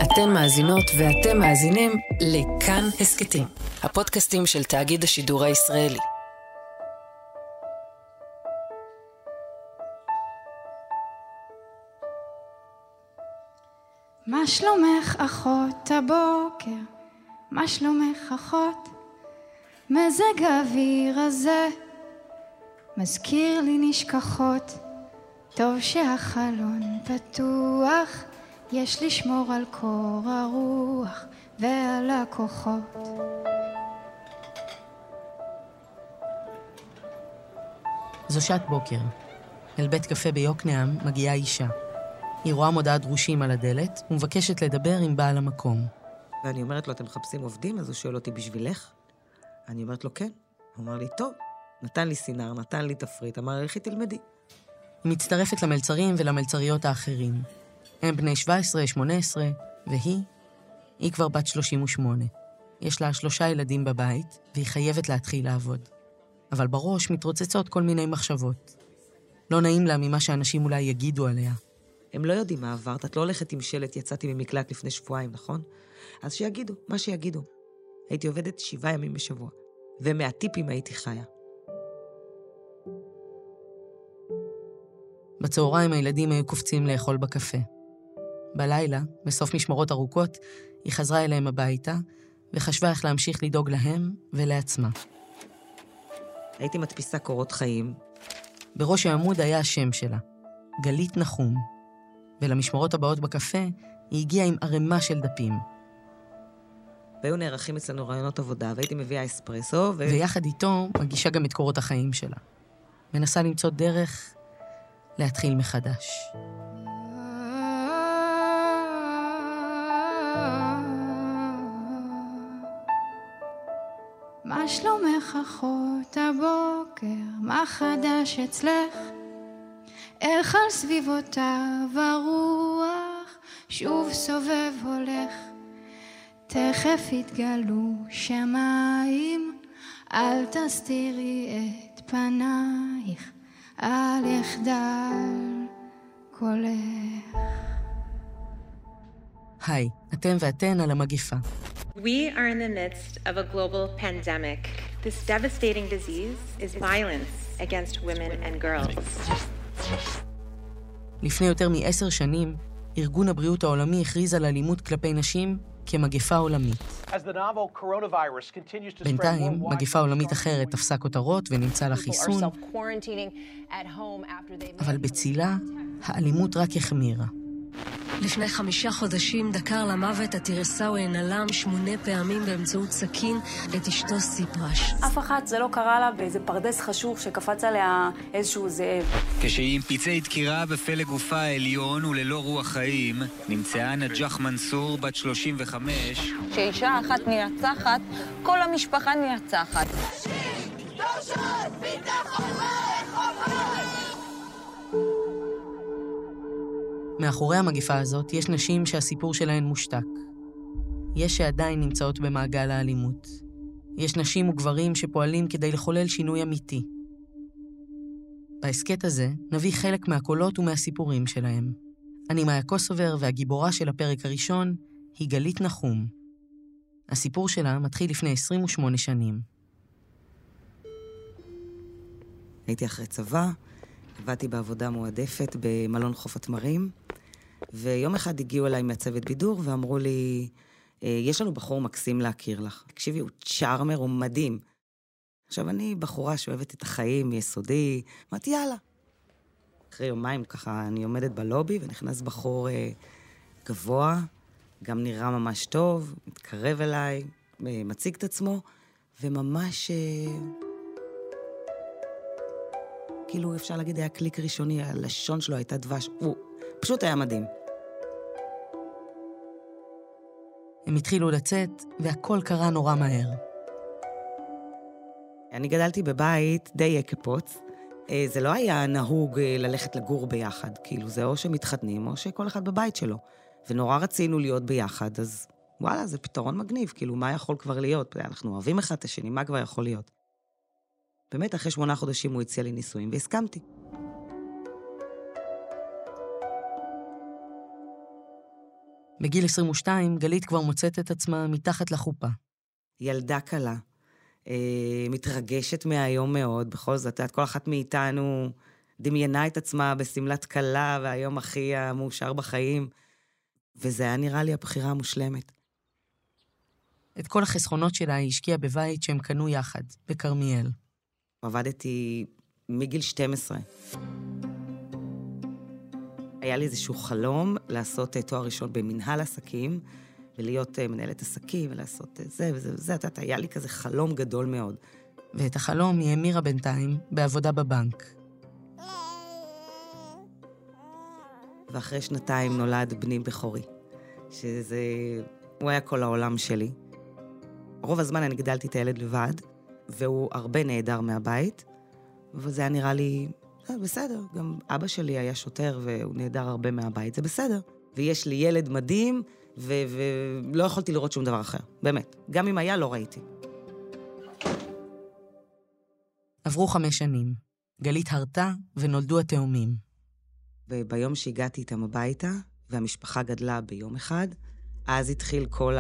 אתן מאזינות ואתם מאזינים לכאן הסקטים, הפודקאסטים של תאגיד השידור הישראלי. מה שלומך אחות הבוקר? מה שלומך אחות? מזג האוויר הזה מזכיר לי נשכחות. טוב שהחלון פתוח, יש לשמור על קור הרוח ועל הכוחות. זו שעת בוקר. אל בית קפה ביוקנעם מגיעה אישה. היא רואה מודעת דרושים על הדלת ומבקשת לדבר עם בעל המקום. ואני אומרת לו, אתם מחפשים עובדים? אז הוא שואל אותי, בשבילך? אני אומרת לו, כן. הוא אמר לי, טוב. נתן לי סינר, נתן לי תפריט, אמר לי, לכי תלמדי. היא מצטרפת למלצרים ולמלצריות האחרים. הם בני 17, 18, והיא כבר בת 38. יש לה 3 ילדים בבית, והיא חייבת להתחיל לעבוד. אבל בראש מתרוצצות כל מיני מחשבות. לא נעים לה ממה שאנשים אולי יגידו עליה. הם לא יודעים מה עברת, את לא הולכת עם שלט, יצאתי ממקלט לפני שבועיים, נכון? אז שיגידו, מה שיגידו. הייתי עובדת 7 ימים בשבוע, ומהטיפים הייתי חיה. בצהריים הילדים היו קופצים לאכול בקפה. בלילה, בסוף משמרות ארוכות, היא חזרה אליהם הביתה, וחשבה איך להמשיך לדאוג להם ולעצמה. הייתי מדפיסה קורות חיים. בראש העמוד היה השם שלה, גלית נחום. ולמשמרות הבאות בקפה, היא הגיעה עם ערימה של דפים. והיו נערכים אצלנו רעיונות עבודה, והייתי מביאה אספרסו, ויחד איתו מגישה גם את קורות החיים שלה. מנסה למצוא דרך להתחיל מחדש. מה שלומך אחות הבוקר? מה חדש אצלך? איך על סביבותיו הרוח שוב סובב הולך? תכף יתגלו שמיים, אל תסתירי את פנייך, אל יחדל קולך. היי, אתם ואתן על המגפה. We are in the midst of a global pandemic. This devastating disease is violence against women and girls. לפני יותר מ10 שנים, ארגון הבריאות העולמי הכריז על אלימות כלפי נשים כמגפה עולמית. בינתיים, מגפה עולמית אחרת תפסה כותרות ונמצא לה חיסון, אבל בצילה, האלימות רק החמירה. לפני 5 חודשים דקר למוות התירסאווי נעלם 8 פעמים באמצעות סכין את אשתו סיפרש. אף אחת זה לא קרה לה באיזה פרדס חשוך שקפץ עליה איזשהו זאב. כשהיא עם פצעי דקירה בפלג גופה העליון וללא רוח חיים, נמצאה נג'ח מנסור בת 35. כשאישה אחת נרצחת, כל המשפחה נרצחת. מאחורי המגפה הזאת יש נשים שהסיפור שלהן מושתק. יש שעדיין נמצאות במעגל האלימות. יש נשים וגברים שפועלים כדי לחולל שינוי אמיתי. בהסקט הזה נביא חלק מהקולות ומהסיפורים שלהם. אני מאיה קוסובר, והגיבורה של הפרק הראשון היא גלית נחום. הסיפור שלה מתחיל לפני 28 שנים. הייתי אחרי צבא, עבדתי בעבודה מועדפת במלון חוף התמרים, ויום אחד הגיעו אליי מהצוות בידור ואמרו לי, יש לנו בחור מקסים להכיר לך. תקשיבי, הוא צ'ארמר, הוא מדהים. עכשיו, אני בחורה שאוהבת את החיים, יסודי, אמרתי, יאללה. אחרי יומיים ככה אני עומדת בלובי, ונכנס בחור גבוה, גם נראה ממש טוב, מתקרב אליי, מציג את עצמו, וממש... כאילו אפשר להגיד, היה קליק ראשוני, הלשון שלו הייתה דבש, הוא פשוט היה מדהים. הם התחילו לצאת, והכל קרה נורא מהר. אני גדלתי בבית די יקפוץ. זה לא היה נהוג ללכת לגור ביחד, כאילו זה או שמתחתנים או שכל אחד בבית שלו. ונורא רצינו להיות ביחד, אז וואלה, זה פתרון מגניב, כאילו מה יכול כבר להיות? אנחנו אוהבים אחד את השני, מה כבר יכול להיות? באמת, אחרי 8 חודשים הוא הציע לי נישואים, והסכמתי. בגיל 22, גלית כבר מוצאת את עצמה מתחת לחופה. ילדה קלה, מתרגשת מהיום מאוד, בכל זאת, כל אחת מאיתנו דמיינה את עצמה בסמלת קלה, והיום הכי המאושר בחיים, וזה היה נראה לי הבחירה המושלמת. את כל החסכונות שלה היא השקיעה בבית שהם קנו יחד, בקרמיאל. עבדתי מגיל 12. היה לי איזשהו חלום לעשות תואר ראשון במנהל עסקים, ולהיות מנהלת עסקים, ולעשות זה וזה וזה. היה לי כזה חלום גדול מאוד. ואת החלום היא המירה בינתיים בעבודה בבנק. ואחרי 2 נולד בני בכורי, הוא היה כל העולם שלי. רוב הזמן אני גדלתי את הילד לבד, והוא הרבה נהדר מהבית, וזה היה נראה לי, בסדר, גם אבא שלי היה שוטר והוא נהדר הרבה מהבית, זה בסדר. ויש לי ילד מדהים, ולא יכולתי לראות שום דבר אחר, באמת. גם אם היה, לא ראיתי. עברו 5 שנים. גלית הרתה ונולדו התאומים. וביום שהגעתי איתם הביתה, והמשפחה גדלה ביום אחד, אז התחיל כל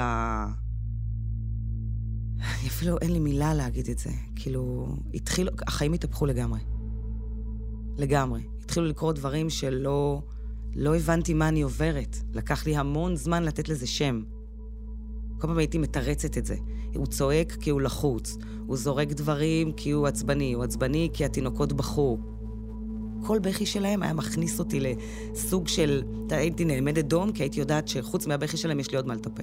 אפילו אין לי מילה להגיד את זה. כאילו, החיים התהפכו לגמרי. לגמרי. התחילו לקרות דברים שלא הבנתי מה אני עוברת. לקח לי המון זמן לתת לזה שם. כל פעם הייתי מתרצת את זה. הוא צועק כי הוא לחוץ. הוא זורק דברים כי הוא עצבני. הוא עצבני כי התינוקות בחו. כל בכי שלהם היה מכניס אותי לסוג של... הייתי נעמדת דום, כי הייתי יודעת שחוץ מהבכי שלהם יש לי עוד מה לטפל.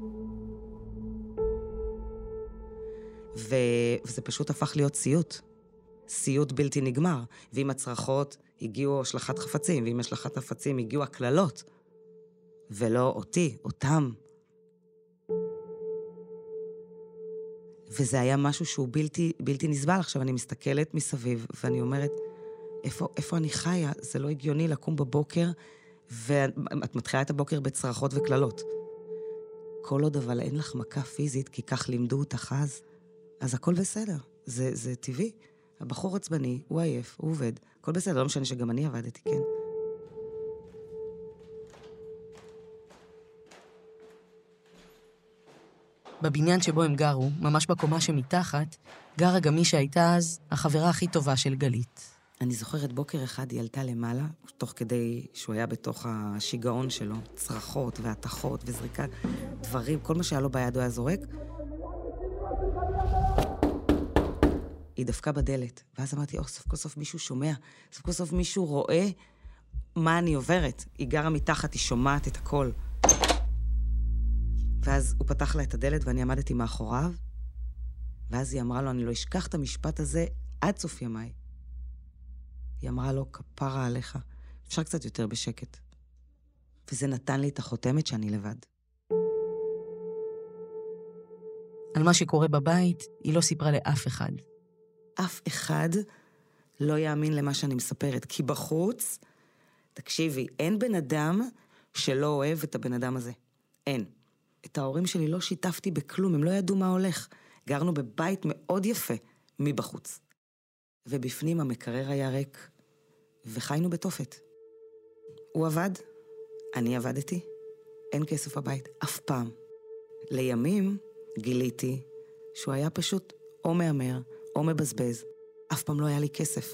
וזה פשוט הפך להיות סיוט. סיוט בלתי נגמר. ועם הצרחות הגיעו השלכת חפצים, ועם השלכת חפצים הגיעו הכללות. ולא אותי, אותם. וזה היה משהו שהוא בלתי נסבל. עכשיו אני מסתכלת מסביב, ואני אומרת, איפה אני חיה? זה לא הגיוני לקום בבוקר, ואת מתחילה את הבוקר בצרחות וכללות. כל עוד אבל אין לך מכה פיזית, כי כך לימדו אותך אז הכל בסדר. זה טבעי. הבחור עצבני, הוא עייף, הוא עובד. הכל בסדר, לא משנה שגם אני עבדתי, כן. בבניין שבו הם גרו, ממש בקומה שמתחת, גרה גם מי שהייתה אז החברה הכי טובה של גלית. אני זוכרת בוקר אחד היא עלתה למעלה, תוך כדי שהוא היה בתוך השיגעון שלו, צרחות והתחות וזריקת דברים, כל מה שהיה לו ביד הוא היה זורק. היא דפקה בדלת, ואז אמרתי, סוף כל סוף מישהו שומע, סוף כל סוף מישהו רואה מה אני עוברת. היא גרה מתחת, היא שומעת את הכל. ואז הוא פתח לה את הדלת ואני עמדתי מאחוריו, ואז היא אמרה לו, אני לא אשכח את המשפט הזה עד סוף ימיי. היא אמרה לו, כפרה עליך, אפשר קצת יותר בשקט. וזה נתן לי את החותמת שאני לבד. על מה שקורה בבית, היא לא סיפרה לאף אחד. אף אחד לא יאמין למה שאני מספרת, כי בחוץ, תקשיבי, אין בן אדם שלא אוהב את הבן אדם הזה. אין. את ההורים שלי לא שיתפתי בכלום, הם לא ידעו מה הולך. גרנו בבית מאוד יפה מבחוץ. ובפנים המקרר היה ריק, וחיינו בתופת. הוא עבד, אני עבדתי, אין כסף בבית, אף פעם. לימים גיליתי שהוא היה פשוט או מאמר, או מבזבז, אף פעם לא היה לי כסף.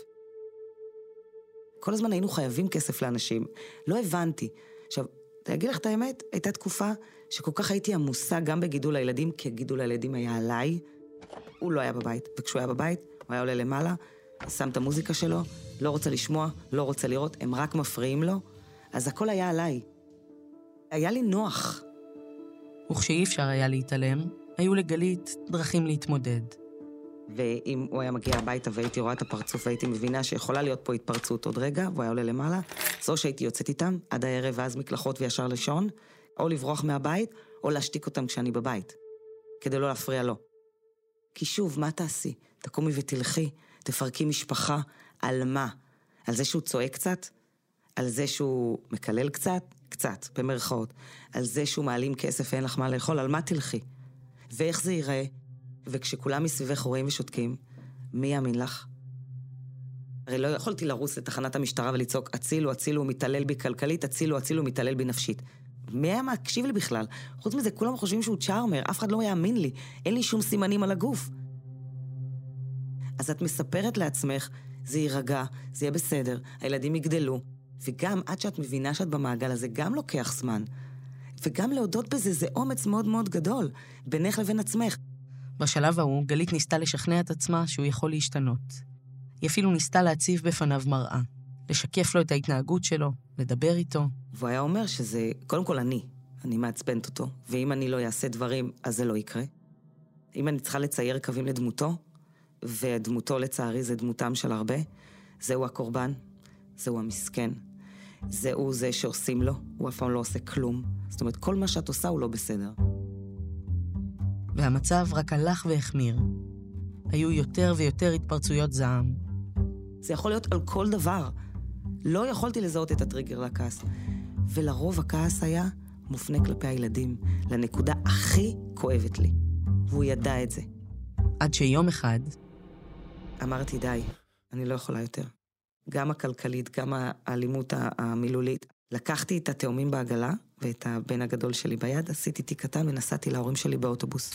כל הזמן היינו חייבים כסף לאנשים, לא הבנתי. עכשיו, תגיד לך את האמת, הייתה תקופה שכל כך הייתי עמוסה גם בגידול הילדים, כי גידול הילדים היה עליי, הוא לא היה בבית, וכשהוא היה בבית, הוא היה עולה למעלה, שם את המוזיקה שלו, לא רוצה לשמוע, לא רוצה לראות, הם רק מפריעים לו, אז הכל היה עליי. היה לי נוח. וכשאי אפשר היה להתעלם, היו לגלית דרכים להתמודד. ואם הוא היה מגיע הביתה והייתי רואה את הפרצוף והייתי מבינה שיכולה להיות פה התפרצות עוד רגע, והוא היה עולה למעלה, זו שהייתי יוצאת איתם עד הערב ואז מקלחות וישר לישון, או לברוח מהבית, או להשתיק אותם כשאני בבית, כדי לא להפריע לו. כי שוב, מה תעשי? תקומי ותלכי, תפרקי משפחה, על מה? על זה שהוא צועק קצת? על זה שהוא מקלל קצת? קצת, במרכאות. על זה שהוא מעלים כסף ואין לך מה לאכול? על מה תלכי? ואיך זה ייראה? וכשכולם מסביבך רואים ושותקים, מי יאמין לך? הרי לא יכולתי לרוס לתחנת המשטרה ולצעוק, הצילו, הצילו, הוא מתעלל בי כלכלית, הצילו, הצילו, הוא מתעלל בי נפשית. מי היה מקשיב לי בכלל? חוץ מזה, כולם חושבים שהוא צ'ארמר, אף אחד לא יאמין לי, אין לי שום סימנים על הגוף. אז את מספרת לעצמך, זה יירגע, זה יהיה בסדר, הילדים יגדלו, וגם עד שאת מבינה שאת במעגל הזה, גם לוקח זמן. וגם להודות בזה, זה אומץ מאוד מאוד גדול, בינך לבין עצמך. בשלב ההוא, גלית ניסתה לשכנע את עצמה שהוא יכול להשתנות. היא אפילו ניסתה להציב בפניו מראה, לשקף לו את ההתנהגות שלו, לדבר איתו. והוא היה אומר שזה, קודם כל אני מעצבנת אותו, ואם אני לא אעשה דברים, אז זה לא יקרה. אם אני צריכה לצייר קווים לדמותו, ודמותו לצערי זה דמותם של הרבה, זהו הקורבן, זהו המסכן, זהו זה שעושים לו, הוא אף פעם לא עושה כלום. זאת אומרת, כל מה שאת עושה הוא לא בסדר. והמצב רק הלך והחמיר. היו יותר ויותר התפרצויות זעם. זה יכול להיות על כל דבר. לא יכולתי לזהות את הטריגר לכעס. ולרוב הכעס היה מופנה כלפי הילדים, לנקודה הכי כואבת לי. והוא ידע את זה. עד שיום אחד אמרתי, די, אני לא יכולה יותר. גם הכלכלית, גם האלימות המילולית. לקחתי את התאומים בעגלה, ואת הבן הגדול שלי ביד, עשיתי תיק קטן ונסעתי להורים שלי באוטובוס.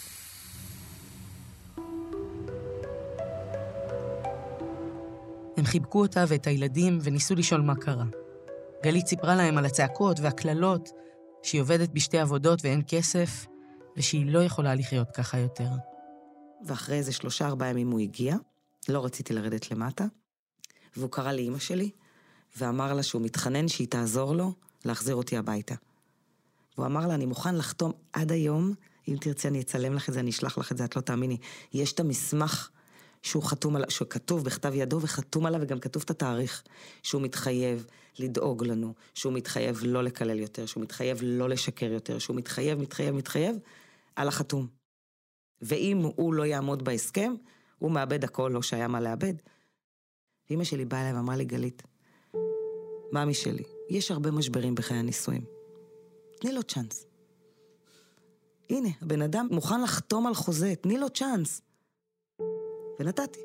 הם חיבקו אותה ואת הילדים וניסו לשאול מה קרה. גלית סיפרה להם על הצעקות והכללות, שהיא עובדת בשתי עבודות ואין כסף, ושהיא לא יכולה לחיות ככה יותר. ואחרי איזה 3-4 ימים הוא הגיע, לא רציתי לרדת למטה, והוא קרא לאמא שלי, ואמר לה שהוא מתחנן שהיא תעזור לו להחזיר אותי הביתה. והוא אמר לה, אני מוכן לחתום עד היום, אם תרצי אני אצלם לך את זה, אני אשלח לך את זה, את לא תאמיני. יש את המסמך שהוא חתום עליו, שהוא כתוב בכתב ידו וחתום עליו, וגם כתוב את התאריך, שהוא מתחייב לדאוג לנו, שהוא מתחייב לא לקלל יותר, שהוא מתחייב לא לשקר יותר, שהוא מתחייב על החתום. ואם הוא לא יעמוד בהסכם, הוא מאבד הכל, לא שהיה מה לאבד. ואמא שלי באה אליי ואמרה לי, גלית, מאמי שלי, יש הרבה משברים בחיי הנישואים. תני לו צ'אנס. הנה, הבן אדם מוכן לחתום על חוזה, תני לו צ'אנס. ונתתי.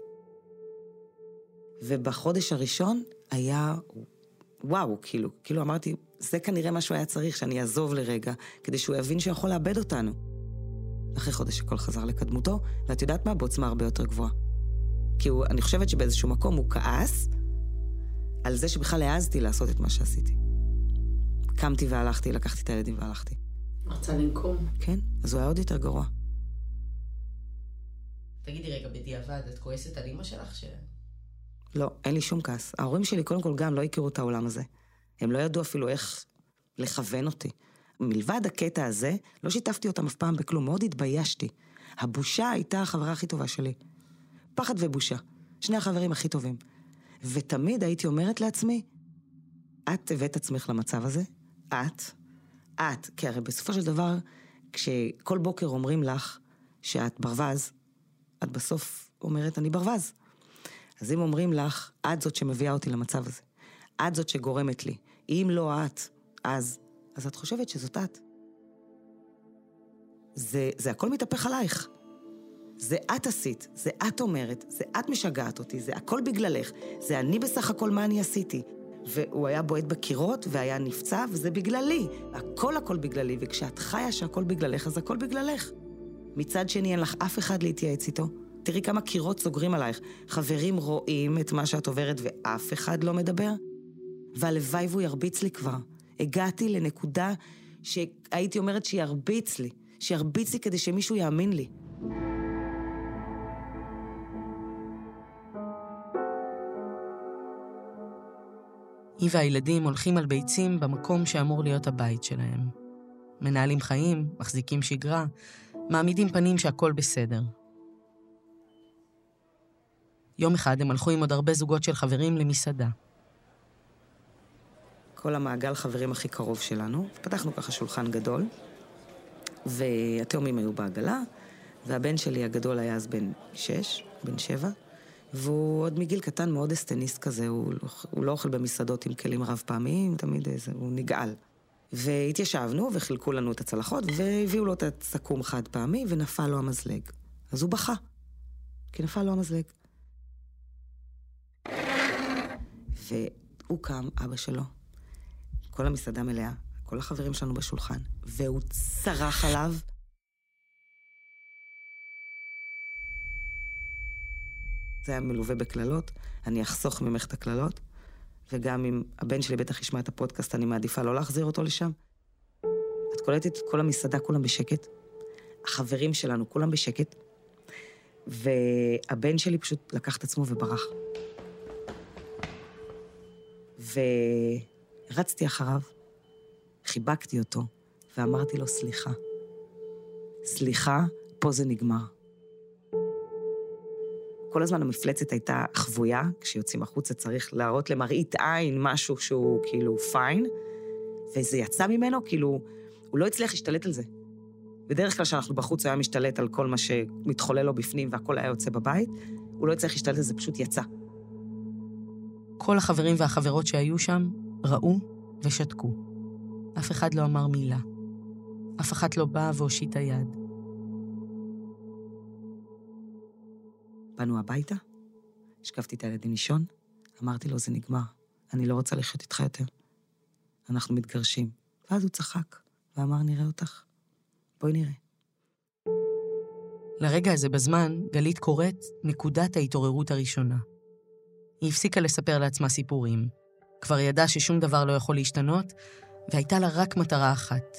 ובחודש הראשון היה, וואו, כאילו אמרתי, זה כנראה מה שהוא היה צריך, שאני אעזוב לרגע, כדי שהוא יבין שיכול לאבד אותנו. אחרי חודש הכל חזר לקדמותו, ואת יודעת מה? בעוצמה הרבה יותר גבוהה. כי אני חושבת שבאיזשהו מקום הוא כעס, על זה שבכלל העזתי לעשות את מה שעשיתי. קמתי והלכתי, לקחתי את הילדים והלכתי. רצה לנקום. כן, אז הוא היה עוד יותר גרוע. תגידי רגע, בדיעבד, את כועסת על אמא שלך לא, אין לי שום כעס. ההורים שלי קודם כל גם לא הכירו את העולם הזה. הם לא ידעו אפילו איך לכוון אותי. מלבד הקטע הזה, לא שיתפתי אותם אף פעם בכלום, מאוד התביישתי. הבושה הייתה החברה הכי טובה שלי. פחד ובושה. שני החברים הכי טובים. ותמיד הייתי אומרת לעצמי, את הבאת עצמך למצב הזה, את, כי הרי בסופו של דבר, כשכל בוקר אומרים לך שאת ברווז, את בסוף אומרת, אני ברווז. אז אם אומרים לך, את זאת שמביאה אותי למצב הזה, את זאת שגורמת לי, אם לא את, אז את חושבת שזאת את. זה הכל מתהפך עלייך. זה את עשית, זה את אומרת, זה את משגעת אותי, זה הכל בגללך, זה אני בסך הכל מה אני עשיתי. והוא היה בועט בקירות והיה נפצע, וזה בגללי. הכל בגללי, וכשאת חיה שהכל בגללך, אז הכל בגללך. מצד שני אין לך אף אחד להתייעץ איתו. תראי כמה קירות סוגרים עלייך. חברים רואים את מה שאת עוברת ואף אחד לא מדבר. והלוואי והוא ירביץ לי כבר. הגעתי לנקודה שהייתי אומרת שירביץ לי כדי שמישהו יאמין לי. היא והילדים הולכים על ביצים במקום שאמור להיות הבית שלהם. מנהלים חיים, מחזיקים שגרה, מעמידים פנים שהכל בסדר. יום אחד הם הלכו עם עוד הרבה זוגות של חברים למסעדה. כל המעגל חברים הכי קרוב שלנו, פתחנו ככה שולחן גדול, והתאומים היו בעגלה, והבן שלי הגדול היה אז בן 7, והוא עוד מגיל קטן מאוד אסטניסט כזה, הוא לא אוכל במסעדות עם כלים רב פעמיים, תמיד הוא נגעל. והתיישבנו וחילקו לנו את הצלחות, והביאו לו את הסכום חד פעמי, ונפל לו המזלג. אז הוא בכה, כי נפל לו המזלג. והוא קם, אבא שלו, כל המסעדה מלאה, כל החברים שלנו בשולחן, והוא צרח עליו. זה היה מלווה בכללות, אני אחסוך ממך את הכללות, וגם אם הבן שלי בטח ישמע את הפודקאסט, אני מעדיפה לא להחזיר אותו לשם. את קולטת את כל המסעדה, כולם בשקט, החברים שלנו, כולם בשקט, והבן שלי פשוט לקח את עצמו וברח. ורצתי אחריו, חיבקתי אותו, ואמרתי לו, סליחה. סליחה, פה זה נגמר. כל הזמן המפלצת הייתה חבויה, כשיוצאים החוצה צריך להראות למראית עין משהו שהוא כאילו פיין, וזה יצא ממנו, כאילו, הוא לא הצליח להשתלט על זה. בדרך כלל שאנחנו בחוץ היה משתלט על כל מה שמתחולל לו בפנים, והכל היה יוצא בבית, הוא לא הצליח להשתלט על זה, פשוט יצא. כל החברים והחברות שהיו שם ראו ושתקו. אף אחד לא אמר מילה. אף אחד לא בא והושיט היד. באנו הביתה, השקפתי את הילדים לישון, אמרתי לו, זה נגמר, אני לא רוצה לחיות איתך יותר. אנחנו מתגרשים. ואז הוא צחק, ואמר, נראה אותך. בואי נראה. לרגע הזה בזמן, גלית קוראת נקודת ההתעוררות הראשונה. היא הפסיקה לספר לעצמה סיפורים. כבר ידעה ששום דבר לא יכול להשתנות, והייתה לה רק מטרה אחת.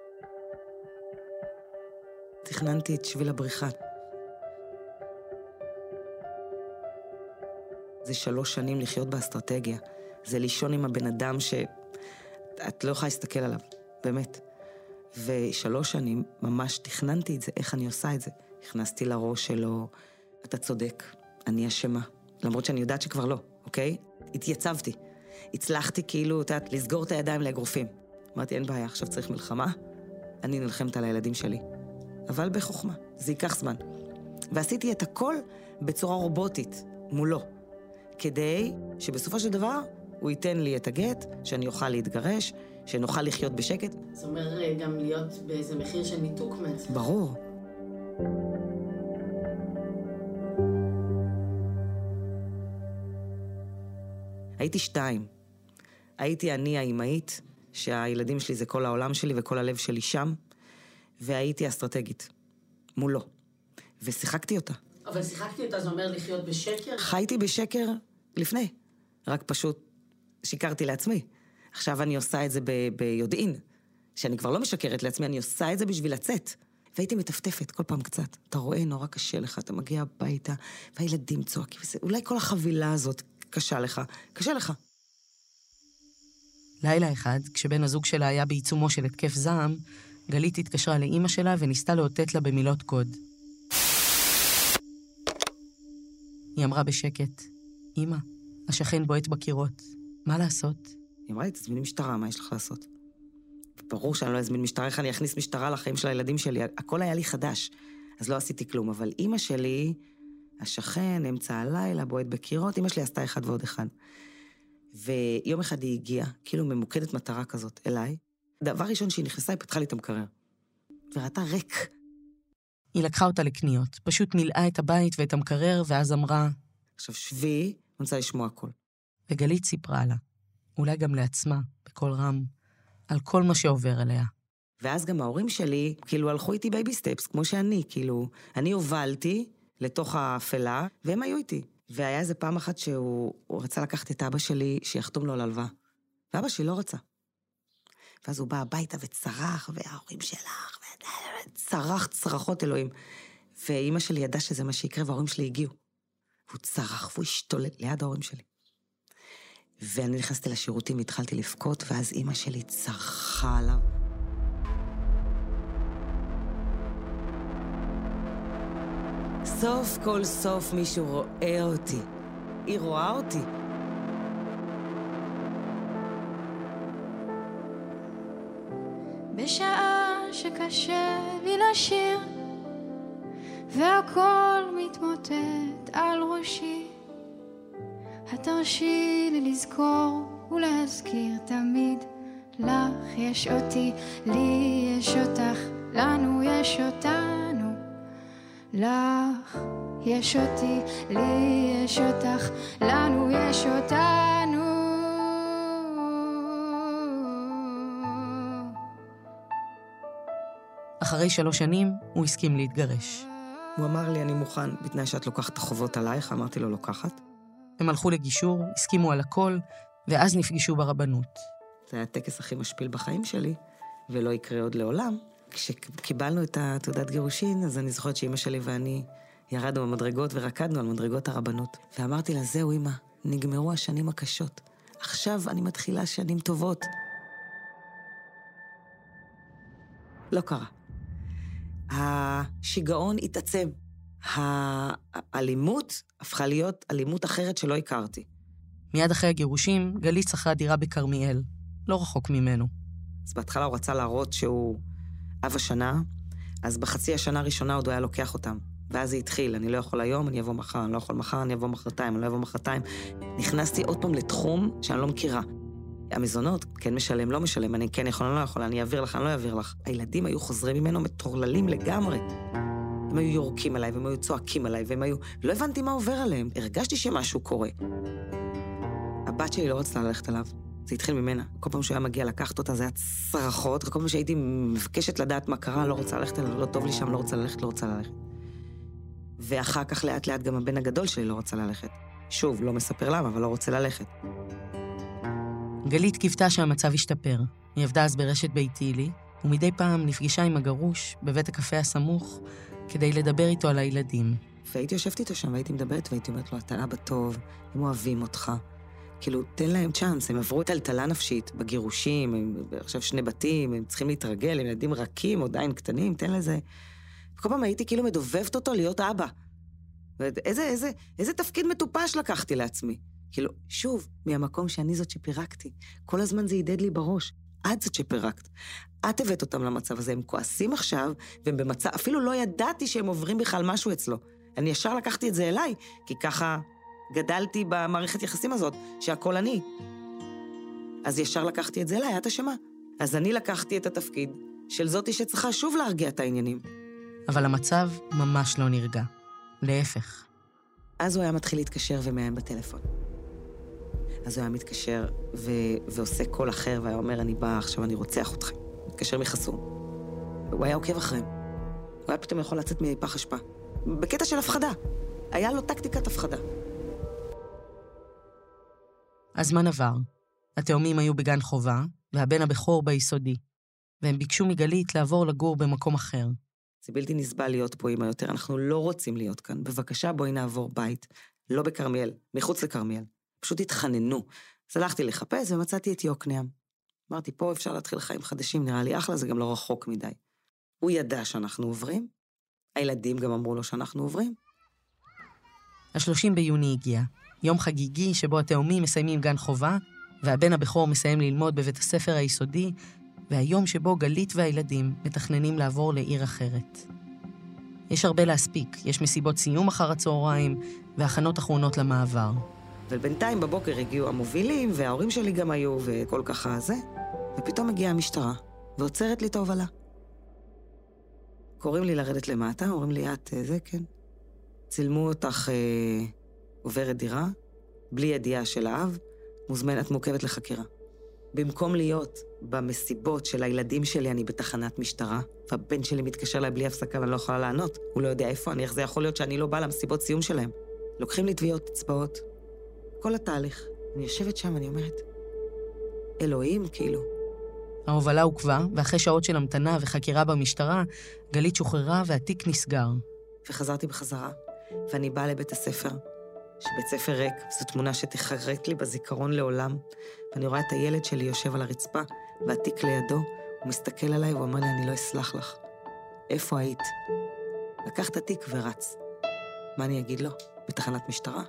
תכננתי את שביל הבריחה. זה 3 שנים לחיות באסטרטגיה. זה לישון עם הבן אדם שאת לא יכולה להסתכל עליו, באמת. ו3 שנים ממש תכננתי את זה, איך אני עושה את זה. הכנסתי לראש שלו, אתה צודק, אני אשמה. למרות שאני יודעת שכבר לא, אוקיי? התייצבתי. הצלחתי כאילו, לסגור את הידיים לאגרופים. אמרתי, אין בעיה, עכשיו צריך מלחמה, אני נלחמת על הילדים שלי. אבל בחוכמה, זה ייקח זמן. ועשיתי את הכל בצורה רובוטית, מולו. כדי שבסופו של דבר הוא ייתן לי את הגט, שאני אוכל להתגרש, שנוכל לחיות בשקט. זאת אומרת גם להיות באיזה מחיר של ניתוק מעצמך. ברור. הייתי 2. הייתי אני האימהית, שהילדים שלי זה כל העולם שלי וכל הלב שלי שם, והייתי אסטרטגית, מולו. ושיחקתי אותה. אבל שיחקתי אותה, זה אומר לחיות בשקר? חייתי בשקר לפני, רק פשוט שיקרתי לעצמי. עכשיו אני עושה את זה ביודעין, שאני כבר לא משקרת לעצמי, אני עושה את זה בשביל לצאת. והייתי מטפטפת כל פעם קצת. אתה רואה, נורא קשה לך, אתה מגיע הביתה, והילדים צועקים, אולי כל החבילה הזאת קשה לך, קשה לך. לילה אחד, כשבן הזוג שלה היה בעיצומו של התקף זעם, גלית התקשרה לאמא שלה וניסתה לאותת לה במילות קוד. היא אמרה בשקט, אמא, השכן בועט בקירות, מה לעשות? היא אמרה לי, תזמיני משטרה, מה יש לך לעשות? ברור שאני לא אזמין משטרה, איך אני אכניס משטרה לחיים של הילדים שלי, הכל היה לי חדש, אז לא עשיתי כלום, אבל אמא שלי, השכן, אמצע הלילה, בועט בקירות, אמא שלי עשתה 1 ועוד 1. ויום אחד היא הגיעה, כאילו ממוקדת מטרה כזאת, אליי. דבר ראשון שהיא נכנסה, היא פתחה לי את המקרר. וראתה ריק. היא לקחה אותה לקניות, פשוט מילאה את הבית ואת המקרר, ואז אמרה, עכשיו שבי, אני רוצה לשמוע הכל. וגלית סיפרה לה, אולי גם לעצמה, בכל רם, על כל מה שעובר עליה. ואז גם ההורים שלי, כאילו הלכו איתי בייבי סטפס, כמו שאני, כאילו, אני הובלתי לתוך האפלה, והם היו איתי. והיה איזה פעם אחת שהוא רצה לקחת את אבא שלי, שיחתום לו על הלוואה. ואבא שלי לא רצה. ואז הוא בא הביתה וצרח, וההורים שלך, צרח צרחות אלוהים. ואמא שלי ידעה שזה מה שיקרה, וההורים שלי הגיעו. והוא צרח, והוא השתולל ליד ההורים שלי. ואני נכנסתי לשירותים והתחלתי לבכות, ואז אמא שלי צרחה עליו. סוף כל סוף מישהו רואה אותי. היא רואה אותי. בשעה שקשה לי לשיר והכל מתמוטט על ראשי, התרשי לי לזכור ולהזכיר תמיד, לך יש אותי, לי יש אותך, לנו יש אותנו. לך יש אותי, לי יש אותך, לנו יש אותנו. ואחרי 3 שנים הוא הסכים להתגרש. הוא אמר לי, אני מוכן, בתנאי שאת לוקחת את החובות עלייך, אמרתי לו, לוקחת. הם הלכו לגישור, הסכימו על הכל, ואז נפגשו ברבנות. זה היה הטקס הכי משפיל בחיים שלי, ולא יקרה עוד לעולם. כשקיבלנו את התעודת גירושין, אז אני זוכרת שאמא שלי ואני ירדנו במדרגות ורקדנו על מדרגות הרבנות. ואמרתי לה, זהו אמא, נגמרו השנים הקשות. עכשיו אני מתחילה שנים טובות. לא קרה. השיגעון התעצם. האלימות הפכה להיות אלימות אחרת שלא הכרתי. מיד אחרי הגירושים, גלית שכרה דירה בכרמיאל, לא רחוק ממנו. אז בהתחלה הוא רצה להראות שהוא אב השנה, אז בחצי השנה הראשונה עוד הוא היה לוקח אותם. ואז זה התחיל, אני לא יכול היום, אני אבוא מחר, אני לא יכול מחר, אני אבוא מחרתיים, אני לא אבוא מחרתיים. נכנסתי עוד פעם לתחום שאני לא מכירה. המזונות, כן משלם, לא משלם, אני כן יכול, אני לא יכול, אני אעביר לך, אני לא אעביר לך. הילדים היו חוזרים ממנו מטורללים לגמרי. הם היו יורקים עליי, והם היו צועקים עליי, והם היו... לא הבנתי מה עובר עליהם, הרגשתי שמשהו קורה. הבת שלי לא רצתה ללכת עליו. זה התחיל ממנה. כל פעם שהוא היה מגיע לקחת אותה, זה היה צרחות, כל פעם שהייתי מבקשת לדעת מה קרה, לא רוצה ללכת אליו, לא טוב לי שם, לא רוצה ללכת, לא רוצה ללכת. ואחר כך לאט לאט גם הבן הגדול שלי לא רוצה ללכת. שוב, לא מספר למה, אבל לא רוצה ללכת. גלית קיוותה שהמצב השתפר. היא עבדה אז ברשת ביתילי, ומדי פעם נפגשה עם הגרוש בבית הקפה הסמוך, כדי לדבר איתו על הילדים. והייתי יושבת איתו שם, והייתי מדברת, והייתי אומרת לו, אתה אבא טוב, הם אוהבים אותך. כאילו, תן להם צ'אנס, הם עברו טלטלה נפשית בגירושים, הם עכשיו 2 בתים, הם צריכים להתרגל, הם ילדים רכים, עדיין קטנים, תן לזה. כל פעם הייתי כאילו מדובבת אותו להיות אבא. איזה תפקיד מטופש לקחתי לעצמי. כאילו, שוב, מהמקום שאני זאת שפירקתי, כל הזמן זה ידד לי בראש. את זאת שפירקת. את הבאת אותם למצב הזה, הם כועסים עכשיו, והם במצב, אפילו לא ידעתי שהם עוברים בכלל משהו אצלו. אני ישר לקחתי את זה אליי, כי ככה גדלתי במערכת יחסים הזאת, שהכל אני. אז ישר לקחתי את זה אליי, את אשמה. אז אני לקחתי את התפקיד של זאתי שצריכה שוב להרגיע את העניינים. אבל המצב ממש לא נרגע. להפך. אז הוא היה מתחיל להתקשר ומאיים בטלפון. אז הוא היה מתקשר ועושה קול אחר, והיה אומר, אני בא עכשיו, אני רוצח אתכם. מתקשר מחסום. הוא היה עוקב אחריהם. הוא היה פתאום יכול לצאת מפח אשפה. בקטע של הפחדה. היה לו טקטיקת הפחדה. הזמן עבר. התאומים היו בגן חובה, והבן הבכור ביסודי. והם ביקשו מגלית לעבור לגור במקום אחר. זה בלתי נסבל להיות פה אמא יותר, אנחנו לא רוצים להיות כאן. בבקשה בואי נעבור בית, לא בכרמיאל, מחוץ לכרמיאל. פשוט התחננו. אז הלכתי לחפש ומצאתי את יוקנעם. אמרתי, פה אפשר להתחיל חיים חדשים, נראה לי אחלה, זה גם לא רחוק מדי. הוא ידע שאנחנו עוברים, הילדים גם אמרו לו שאנחנו עוברים. 30 ביוני הגיע, יום חגיגי שבו התאומים מסיימים גן חובה, והבן הבכור מסיים ללמוד בבית הספר היסודי, והיום שבו גלית והילדים מתכננים לעבור לעיר אחרת. יש הרבה להספיק, יש מסיבות סיום אחר הצהריים, והכנות אחרונות למעבר. ובינתיים בבוקר הגיעו המובילים, וההורים שלי גם היו, וכל ככה זה, ופתאום הגיעה המשטרה, ועוצרת לי את ההובלה. קוראים לי לרדת למטה, אומרים לי, את זה, כן. צילמו אותך עוברת דירה, בלי ידיעה של האב, מוזמנת מוקבת לחקירה. במקום להיות במסיבות של הילדים שלי, אני בתחנת משטרה, והבן שלי מתקשר אליי בלי הפסקה, ואני לא יכולה לענות. הוא לא יודע איפה אני, איך זה יכול להיות שאני לא באה למסיבות סיום שלהם. לוקחים לי טביעות אצבעות, כל התהליך. אני יושבת שם, אני אומרת, אלוהים, כאילו. ההובלה עוקבה, ואחרי שעות של המתנה וחקירה במשטרה, גלית שוחררה והתיק נסגר. וחזרתי בחזרה, ואני באה לבית הספר, שבית ספר ריק, זו תמונה שתחרט לי בזיכרון לעולם, ואני רואה את הילד שלי יושב על הרצפה, והתיק לידו, הוא מסתכל עליי, והוא אומר לי, אני לא אסלח לך. איפה היית? לקח את התיק ורץ. מה אני אגיד לו? בתחנת משטרה?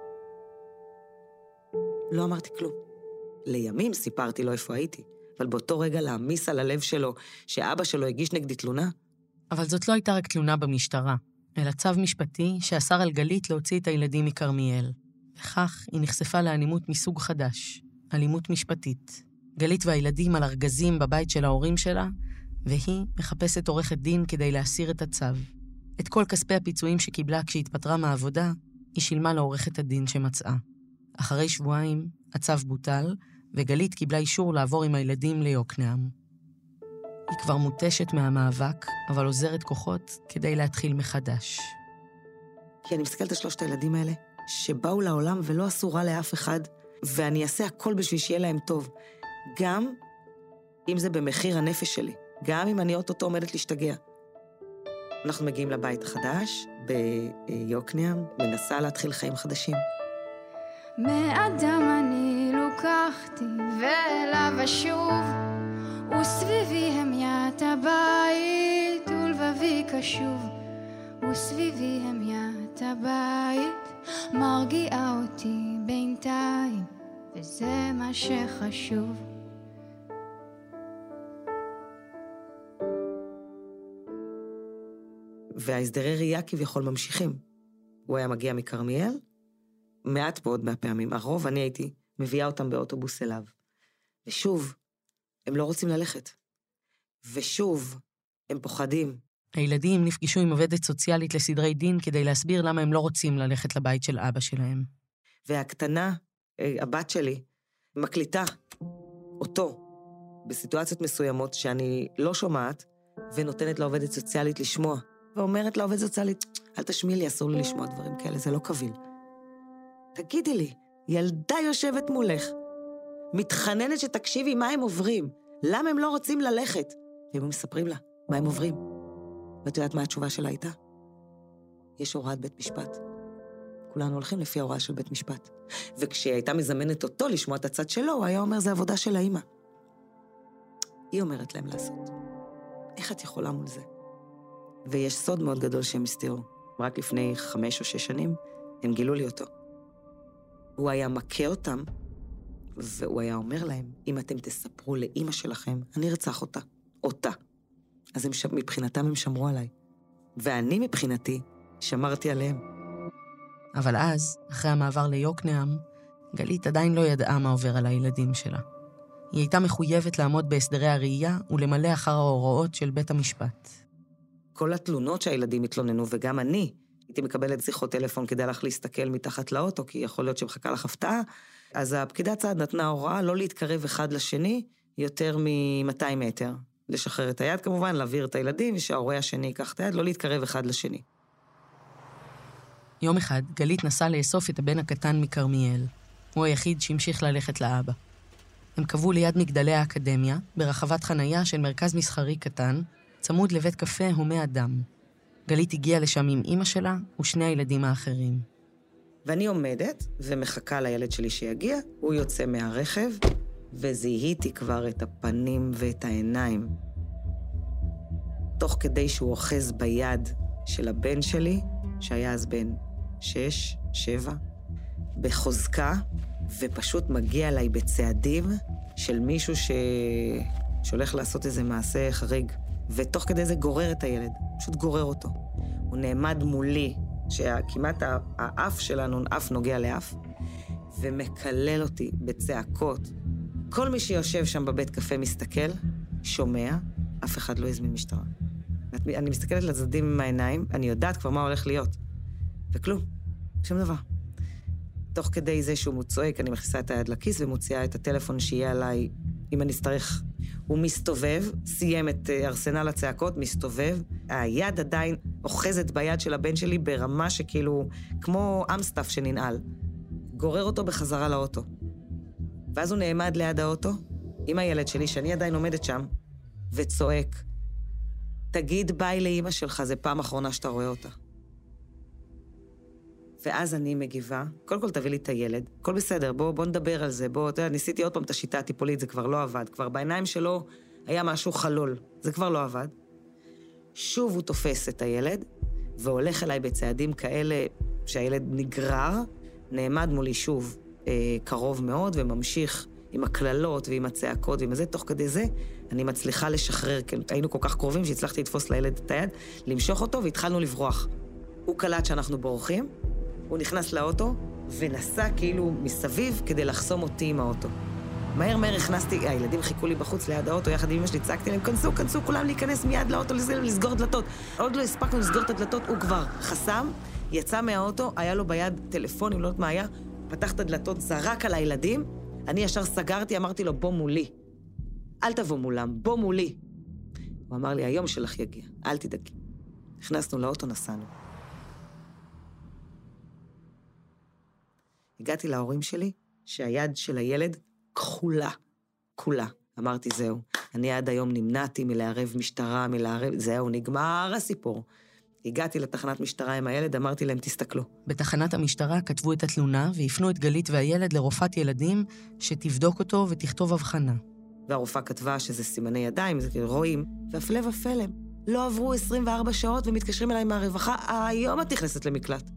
לא אמרתי כלום. לימים סיפרתי לו איפה הייתי, אבל באותו רגע להמיס על הלב שלו, שאבא שלו הגיש נגדי תלונה. אבל זאת לא הייתה רק תלונה במשטרה, אלא צו משפטי שאסר על גלית להוציא את הילדים מכרמיאל. וכך היא נחשפה לאלימות מסוג חדש, אלימות משפטית. גלית והילדים על ארגזים בבית של ההורים שלה, והיא מחפשת עורכת דין כדי להסיר את הצו. את כל כספי הפיצויים שקיבלה כשהתפטרה מהעבודה, היא שילמה לעורכת הדין שמצאה. אחרי שבועיים, הצו בוטל, וגלית קיבלה אישור לעבור עם הילדים ליוקנעם. היא כבר מותשת מהמאבק, אבל עוזרת כוחות כדי להתחיל מחדש. כי אני מסתכלת על 3 הילדים האלה, שבאו לעולם ולא עשו רע לאף אחד, ואני אעשה הכל בשביל שיהיה להם טוב. גם אם זה במחיר הנפש שלי, גם אם אני אוטוטו עומדת להשתגע. אנחנו מגיעים לבית החדש, ביוקנעם, מנסה להתחיל חיים חדשים. מאדם אני לוקחתי ואליו אשוב, וסביבי המיית הבית, ולבבי קשוב, וסביבי המיית הבית, מרגיעה אותי בינתיים, וזה מה שחשוב. וההסדרי ראייה כביכול ממשיכים. הוא היה מגיע מקרמיאל, מעט מאוד מהפעמים. הרוב אני הייתי מביאה אותם באוטובוס אליו. ושוב, הם לא רוצים ללכת. ושוב, הם פוחדים. הילדים נפגשו עם עובדת סוציאלית לסדרי דין כדי להסביר למה הם לא רוצים ללכת לבית של אבא שלהם. והקטנה, הבת שלי, מקליטה אותו בסיטואציות מסוימות שאני לא שומעת, ונותנת לעובדת סוציאלית לשמוע. ואומרת לעובדת סוציאלית, אל תשמיע לי, אסור לי לשמוע דברים כאלה, זה לא קביל. תגידי לי, ילדה יושבת מולך, מתחננת שתקשיבי מה הם עוברים, למה הם לא רוצים ללכת? והם מספרים לה מה הם עוברים. ואת יודעת מה התשובה שלה הייתה? יש הוראת בית משפט. כולנו הולכים לפי ההוראה של בית משפט. וכשהיא הייתה מזמנת אותו לשמוע את הצד שלו, הוא היה אומר, זה עבודה של האמא. היא אומרת להם לעשות. איך את יכולה מול זה? ויש סוד מאוד גדול שהם הסתירו. רק לפני 5 או 6 שנים, הם גילו לי אותו. הוא היה מכה אותם, והוא היה אומר להם, אם אתם תספרו לאמא שלכם, אני ארצח אותה. אותה. אז מבחינתם הם שמרו עליי. ואני מבחינתי שמרתי עליהם. אבל אז, אחרי המעבר ליוקנעם, גלית עדיין לא ידעה מה עובר על הילדים שלה. היא הייתה מחויבת לעמוד בהסדרי הראייה ולמלא אחר ההוראות של בית המשפט. כל התלונות שהילדים התלוננו, וגם אני, הייתי מקבלת שיחות טלפון כדי לך להסתכל מתחת לאוטו, כי יכול להיות שמחכה לך הפתעה, אז הפקידת צעד נתנה הוראה לא להתקרב אחד לשני יותר מ-200 מטר. לשחרר את היד כמובן, להעביר את הילדים, ושההורה השני ייקח את היד, לא להתקרב אחד לשני. יום אחד גלית נסעה לאסוף את הבן הקטן מקרמיאל. הוא היחיד שהמשיך ללכת לאבא. הם קבעו ליד מגדלי האקדמיה, ברחבת חנייה של מרכז מסחרי קטן, צמוד לבית קפה הומי אדם. גלית הגיעה לשם עם אמא שלה ושני הילדים האחרים. ואני עומדת ומחכה לילד שלי שיגיע, הוא יוצא מהרכב, וזיהיתי כבר את הפנים ואת העיניים. תוך כדי שהוא אוחז ביד של הבן שלי, שהיה אז בן 6, 7, בחוזקה, ופשוט מגיע אליי בצעדים של מישהו שהולך לעשות איזה מעשה חריג. ותוך כדי זה גורר את הילד, פשוט גורר אותו. הוא נעמד מולי, שכמעט האף שלנו, אף נוגע לאף, ומקלל אותי בצעקות. כל מי שיושב שם בבית קפה מסתכל, שומע, אף אחד לא הזמין משטרה. אני מסתכלת לצדדים עם העיניים, אני יודעת כבר מה הולך להיות. וכלום, שום דבר. תוך כדי זה שהוא צועק, אני מכניסה את היד לכיס ומוציאה את הטלפון שיהיה עליי, אם אני אצטרך. הוא מסתובב, סיים את ארסנל הצעקות, מסתובב, היד עדיין אוחזת ביד של הבן שלי ברמה שכאילו, כמו אמסטף שננעל. גורר אותו בחזרה לאוטו. ואז הוא נעמד ליד האוטו, עם הילד שלי, שאני עדיין עומדת שם, וצועק, תגיד ביי לאמא שלך, זה פעם אחרונה שאתה רואה אותה. ואז אני מגיבה, קודם כל תביא לי את הילד, הכל בסדר, בוא נדבר על זה, ניסיתי עוד פעם את השיטה הטיפולית, זה כבר לא עבד, כבר בעיניים שלו היה משהו חלול, זה כבר לא עבד. שוב הוא תופס את הילד, והולך אליי בצעדים כאלה שהילד נגרר, נעמד מולי שוב קרוב מאוד, וממשיך עם הכללות ועם הצעקות ועם זה, תוך כדי זה אני מצליחה לשחרר, כי היינו כל כך קרובים שהצלחתי לתפוס לילד את היד, למשוך אותו והתחלנו לברוח. הוא קלט שאנחנו בורחים, הוא נכנס לאוטו ונסע כאילו מסביב כדי לחסום אותי עם האוטו. מהר הכנסתי, הילדים חיכו לי בחוץ ליד האוטו, יחד עם אמא שלי צעקתי להם, כנסו, כולם להיכנס מיד לאוטו, לסגור דלתות. עוד לא הספקנו לסגור את הדלתות, הוא כבר חסם, יצא מהאוטו, היה לו ביד טלפונים, לא יודעת מה היה, פתח את הדלתות, זרק על הילדים, אני ישר סגרתי, אמרתי לו, בוא מולי. אל תבוא מולם, בוא מולי. הוא אמר לי, היום שלך יגיע, אל תדאגי. נכנסנו לאוטו, נסענו. הגעתי להורים שלי, שהיד של הילד כחולה, כולה. אמרתי, זהו, אני עד היום נמנעתי מלערב משטרה, זהו, נגמר הסיפור. הגעתי לתחנת משטרה עם הילד, אמרתי להם, תסתכלו. בתחנת המשטרה כתבו את התלונה והפנו את גלית והילד לרופאת ילדים שתבדוק אותו ותכתוב הבחנה. והרופאה כתבה שזה סימני ידיים, זה כאילו רואים, והפלא ופלא. לא עברו 24 שעות ומתקשרים אליי מהרווחה, היום את נכנסת למקלט.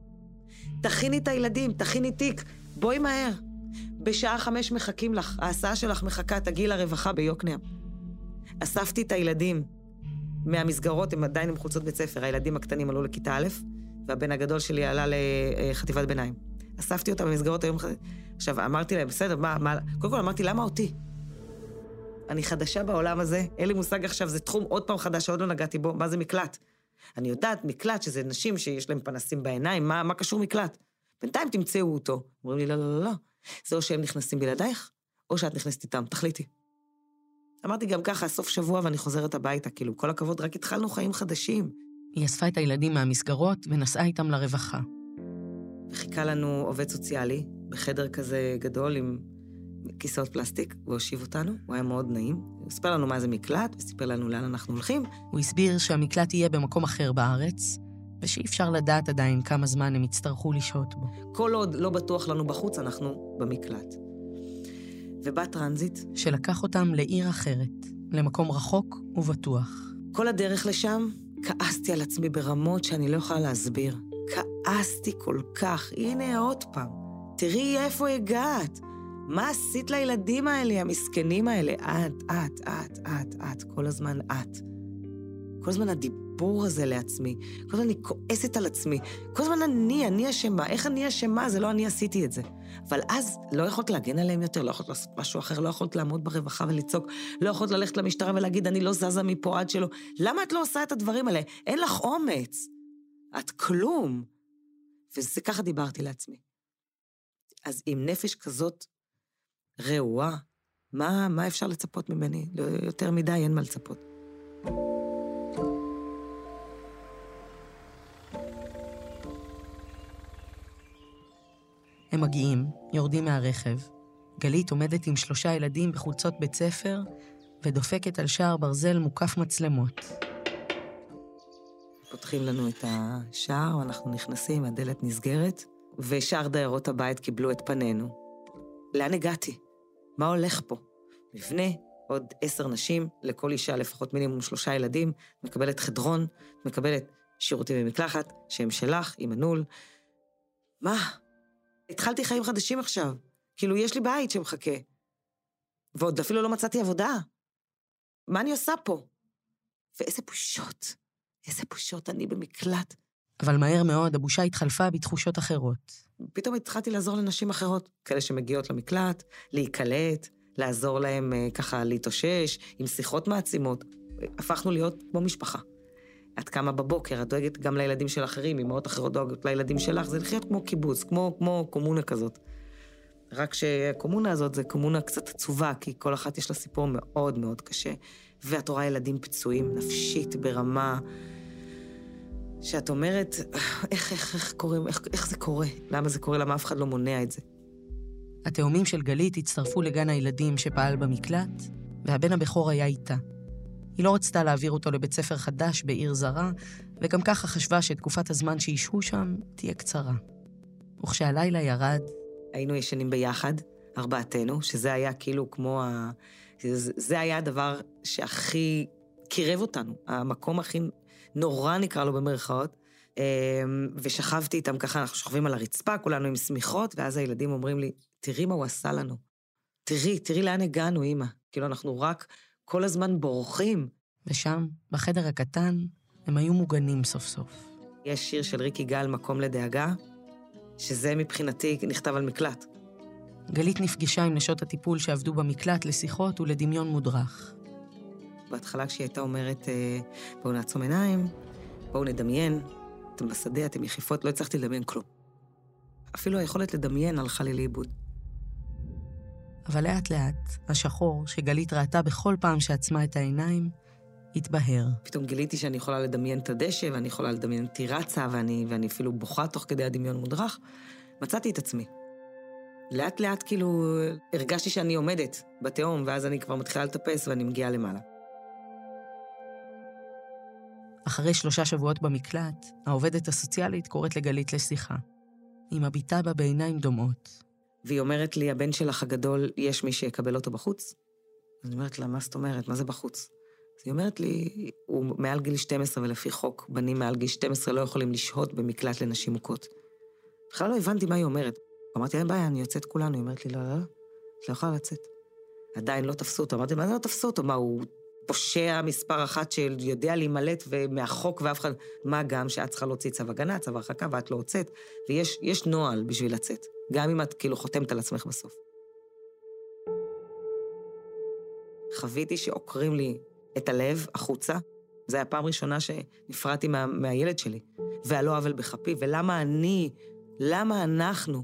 תכיני את הילדים, תכיני תיק, בואי מהר. בשעה 5 מחכים לך, ההסעה שלך מחכה, תגיעי לרווחה ביוקנעם. אספתי את הילדים מהמסגרות, הם עדיין עם חולצות בית ספר, הילדים הקטנים עלו לכיתה א', והבן הגדול שלי עלה לחטיבת ביניים. אספתי אותם במסגרות היום. עכשיו, אמרתי להם, בסדר, קודם כל אמרתי, למה אותי? אני חדשה בעולם הזה, אין לי מושג עכשיו, זה תחום עוד פעם חדש, שעוד לא נגעתי בו, מה זה מקלט? אני יודעת, מקלט, שזה נשים שיש להם פנסים בעיניים, מה קשור מקלט? בינתיים תמצאו אותו. אומרים לי, לא, לא, לא, לא. זה או שהם נכנסים בלעדייך, או שאת נכנסת איתם, תחליטי. אמרתי גם ככה, סוף שבוע ואני חוזרת הביתה, כאילו, כל הכבוד, רק התחלנו חיים חדשים. היא אספה את הילדים מהמסגרות ונסעה איתם לרווחה. וחיכה לנו עובד סוציאלי, בחדר כזה גדול עם כיסאות פלסטיק, הוא הושיב אותנו, הוא היה מאוד נעים. הוא הספר לנו מה זה מקלט, וסיפר לנו לאן אנחנו הולכים. הוא הסביר שהמקלט יהיה במקום אחר בארץ, ושאי אפשר לדעת עדיין כמה זמן הם יצטרכו לשהות בו. כל עוד לא בטוח לנו בחוץ, אנחנו במקלט. ובא טרנזיט. שלקח אותם לעיר אחרת, למקום רחוק ובטוח. כל הדרך לשם, כעסתי על עצמי ברמות שאני לא יכולה להסביר. כעסתי כל כך. הנה עוד פעם. תראי איפה הגעת. מה עשית לילדים האלה, המסכנים האלה? את. כל הזמן את. כל הזמן הדיבור הזה לעצמי. כל הזמן אני כועסת על עצמי. כל הזמן אני אשמה. איך אני אשמה? זה לא אני עשיתי את זה. אבל אז לא יכולת להגן עליהם יותר, לא יכולת לעשות משהו אחר, לא יכולת לעמוד ברווחה ולצעוק, לא יכולת ללכת למשטרה ולהגיד, אני לא זזה מפה עד שלא. למה את לא עושה את הדברים האלה? אין לך אומץ. את כלום. וזה ככה דיברתי לעצמי. אז עם נפש כזאת רעועה, מה אפשר לצפות ממני? לא, יותר מדי, אין מה לצפות. הם מגיעים, יורדים מהרכב. גלית עומדת עם 3 ילדים בחולצות בית ספר, ודופקת על שער ברזל מוקף מצלמות. פותחים לנו את השער, ואנחנו נכנסים, הדלת נסגרת, ושאר דיירות הבית קיבלו את פנינו. לאן הגעתי? מה הולך פה? מבנה, עוד 10 נשים, לכל אישה לפחות מינימום 3 ילדים, מקבלת חדרון, מקבלת שירותים במקלחת, שם שלך, עם הנול. מה? התחלתי חיים חדשים עכשיו. כאילו, יש לי בית שמחכה. ועוד אפילו לא מצאתי עבודה. מה אני עושה פה? ואיזה בושות. איזה בושות, אני במקלט. אבל מהר מאוד הבושה התחלפה בתחושות אחרות. פתאום התחלתי לעזור לנשים אחרות, כאלה שמגיעות למקלט, להיקלט, לעזור להם ככה להתאושש, עם שיחות מעצימות. הפכנו להיות כמו משפחה. את קמה בבוקר, את דואגת גם לילדים של אחרים, אמהות אחרות דואגות לילדים שלך, זה לחיות כמו קיבוץ, כמו קומונה כזאת. רק שהקומונה הזאת זה קומונה קצת עצובה, כי כל אחת יש לה סיפור מאוד מאוד קשה, ואת רואה ילדים פצועים נפשית ברמה שאת אומרת, איך זה קורה? למה זה קורה? למה אף אחד לא מונע את זה? התאומים של גלית הצטרפו לגן הילדים שפעל במקלט, והבן הבכור היה איתה. היא לא רצתה להעביר אותו לבית ספר חדש בעיר זרה, וגם ככה חשבה שתקופת הזמן שישהו שם תהיה קצרה. וכשהלילה ירד, היינו ישנים ביחד, 4, שזה היה כאילו כמו זה היה הדבר שהכי קירב אותנו, המקום הכי נורא נקרא לו במרכאות, ושכבתי איתם ככה, אנחנו שוכבים על הרצפה, כולנו עם סמיכות, ואז הילדים אומרים לי, תראי מה הוא עשה לנו. תראי לאן הגענו, אמא. כאילו אנחנו רק כל הזמן בורחים. ושם, בחדר הקטן, הם היו מוגנים סוף סוף. יש שיר של ריק יגאל, מקום לדאגה, שזה מבחינתי נכתב על מקלט. גלית נפגשה עם נשות הטיפול שעבדו במקלט לשיחות ולדמיון מודרך. בהתחלה כשהיא הייתה אומרת, בואו נעצום עיניים, בואו נדמיין, אתם בשדה, אתם יחיפות, לא הצלחתי לדמיין כלום. אפילו היכולת לדמיין הלכה לי לאיבוד. אבל לאט לאט, השחור שגלית ראתה בכל פעם שעצמה את העיניים, התבהר. פתאום גיליתי שאני יכולה לדמיין את הדשא, ואני יכולה לדמיין אותי רצה, ואני אפילו בוכה תוך כדי הדמיון מודרך. מצאתי את עצמי. לאט לאט כאילו הרגשתי שאני עומדת בתהום, ואז אני כבר מתחילה לטפס ואני מגיעה למעלה. אחרי 3 שבועות במקלט, העובדת הסוציאלית קוראת לגלית לשיחה. היא מביטה בה בעיניים דומעות. והיא אומרת לי, הבן שלך הגדול, יש מי שיקבל אותו בחוץ? אני אומרת לה, מה זאת אומרת? מה זה בחוץ? אז היא אומרת לי, הוא מעל גיל 12, ולפי חוק, בנים מעל גיל 12 לא יכולים לשהות במקלט לנשים מוכות. בכלל לא הבנתי מה היא אומרת. אמרתי, אין בעיה, אני יוצאת כולנו. היא אומרת לי, לא, את לא יכולה לצאת. עדיין לא תפסו אותו. אמרתי, מה זה לא תפסו אותו? מה, הוא פושע מספר 1 שיודע להימלט ומהחוק ואף אחד... מה גם שאת צריכה להוציא צו הגנה, צו הרחקה, ואת לא הוצאת. ויש נוהל בשביל לצאת. גם אם את כאילו חותמת על עצמך בסוף. חוויתי שעוקרים לי את הלב החוצה. זו הייתה פעם ראשונה שנפרדתי מהילד שלי. והלא עוול בחפי, ולמה אני, למה אנחנו?